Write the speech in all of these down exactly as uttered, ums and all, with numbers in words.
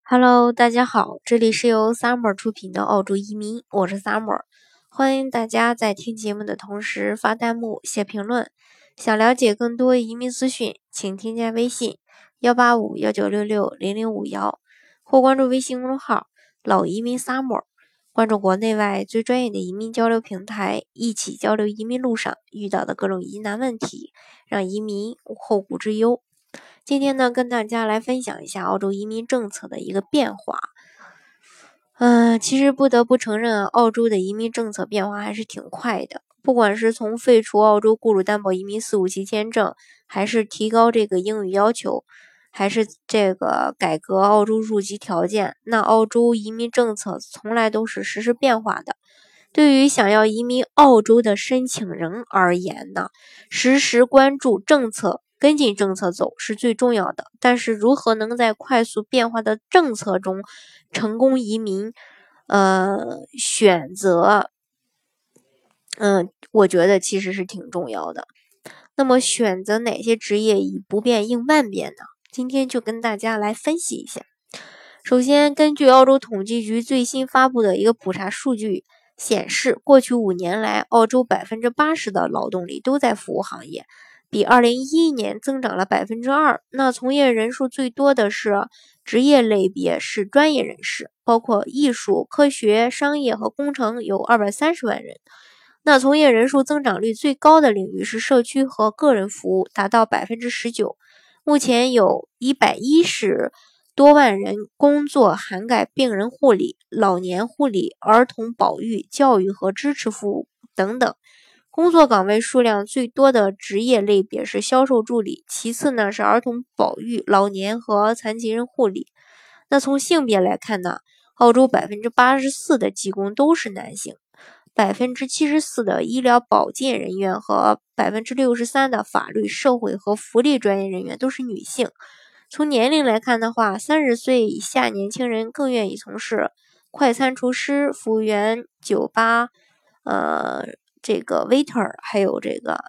Hello，大家好，这里是由 Summer 出品的澳洲移民，我是 Summer， 欢迎大家在听节目的同时发弹幕、写评论。想了解更多移民资讯，请添加微信幺八五幺九六六零零五幺，或关注微信公众号老移民 Summer， 关注国内外最专业的移民交流平台，一起交流移民路上遇到的各种疑难问题，让移民无后顾之忧。今天呢，跟大家来分享一下澳洲移民政策的一个变化。嗯、呃，其实不得不承认啊，澳洲的移民政策变化还是挺快的。不管是从废除澳洲雇主担保移民四五七签证，还是提高这个英语要求，还是这个改革澳洲入籍条件，那澳洲移民政策从来都是实时变化的。对于想要移民澳洲的申请人而言呢，实时关注政策，跟进政策走是最重要的，但是如何能在快速变化的政策中成功移民，呃，选择，嗯，我觉得其实是挺重要的。那么选择哪些职业以不变应万变呢？今天就跟大家来分析一下。首先，根据澳洲统计局最新发布的一个普查数据显示，过去五年来，澳洲百分之八十的劳动力都在服务行业，比二零一一年增长了百分之二。那从业人数最多的是职业类别是专业人士，包括艺术、科学、商业和工程，有二百三十万人。那从业人数增长率最高的领域是社区和个人服务，达到百分之十九。目前有一百一十多万人工作，涵盖病人护理、老年护理、儿童保育、教育和支持服务等等。工作岗位数量最多的职业类别是销售助理，其次呢是儿童保育、老年和残疾人护理。那从性别来看呢，澳洲百分之八十四的技工都是男性，百分之七十四的医疗保健人员和百分之六十三的法律、社会和福利专业人员都是女性。从年龄来看的话，三十岁以下年轻人更愿意从事快餐厨师、服务员、酒吧、呃这个 waiter， 还有这个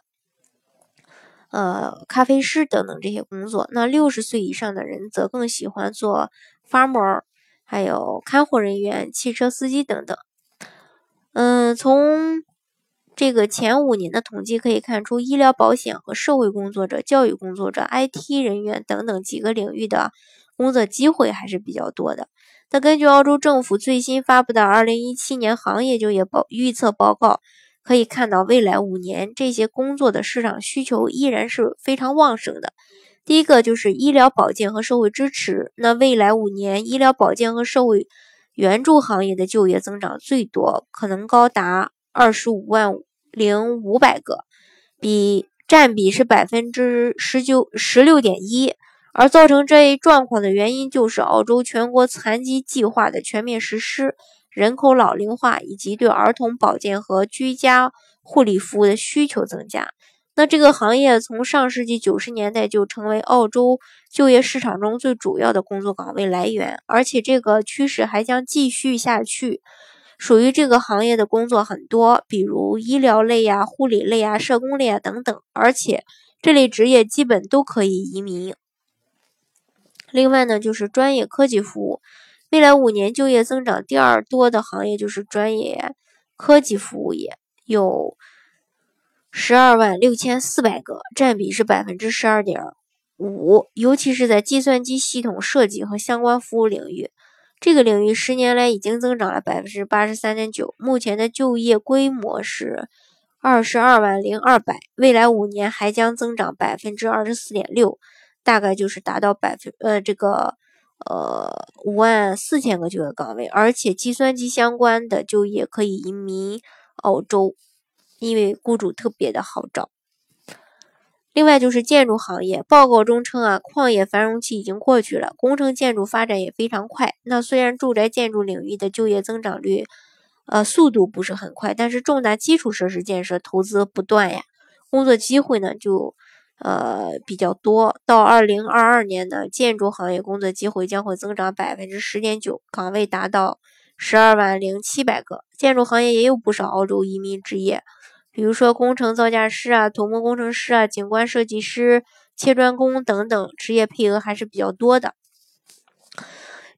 呃咖啡师等等这些工作。那六十岁以上的人则更喜欢做 farmer， 还有看护人员、汽车司机等等。嗯，从这个前五年的统计可以看出，医疗保险和社会工作者、教育工作者、I T 人员等等几个领域的工作机会还是比较多的。那根据澳洲政府最新发布的二零一七年行业就业报预测报告，可以看到未来五年这些工作的市场需求依然是非常旺盛的。第一个就是医疗保健和社会支持，那未来五年医疗保健和社会援助行业的就业增长最多，可能高达二十五万零五百个，比占比是百分之十九十六点一。而造成这一状况的原因就是澳洲全国残疾计划的全面实施、人口老龄化以及对儿童保健和居家护理服务的需求增加。那这个行业从上世纪九十年代就成为澳洲就业市场中最主要的工作岗位来源，而且这个趋势还将继续下去。属于这个行业的工作很多，比如医疗类呀、护理类呀、社工类呀等等，而且这类职业基本都可以移民。另外呢，就是专业科技服务，未来五年就业增长第二多的行业就是专业科技服务业，有十二万六千四百个，占比是百分之十二点五，尤其是在计算机系统设计和相关服务领域，这个领域十年来已经增长了百分之八十三点九，目前的就业规模是二十二万零二百，未来五年还将增长百分之二十四点六，大概就是达到百分呃这个呃五万四千个就业岗位，而且计算机相关的就业可以移民澳洲。因为雇主特别的好找。另外就是建筑行业，报告中称啊，矿业繁荣期已经过去了，工程建筑发展也非常快。那虽然住宅建筑领域的就业增长率，呃，速度不是很快，但是重大基础设施建设投资不断呀，工作机会呢就呃比较多。到二零二二年呢，建筑行业工作机会将会增长百分之十点九，岗位达到十二万零七百个。建筑行业也有不少澳洲移民职业。比如说工程造价师啊、土木工程师啊、景观设计师、切砖工等等，职业配额还是比较多的。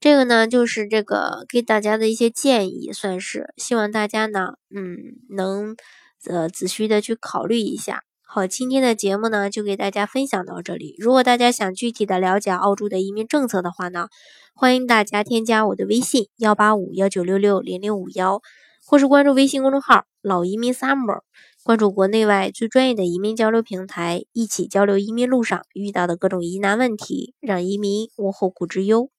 这个呢，就是这个给大家的一些建议，算是希望大家呢，嗯，能呃仔细的去考虑一下。好，今天的节目呢，就给大家分享到这里。如果大家想具体的了解澳洲的移民政策的话呢，欢迎大家添加我的微信幺八五幺九六六零零五幺，或是关注微信公众号老移民 Summer， 关注国内外最专业的移民交流平台，一起交流移民路上遇到的各种疑难问题，让移民无后顾之忧。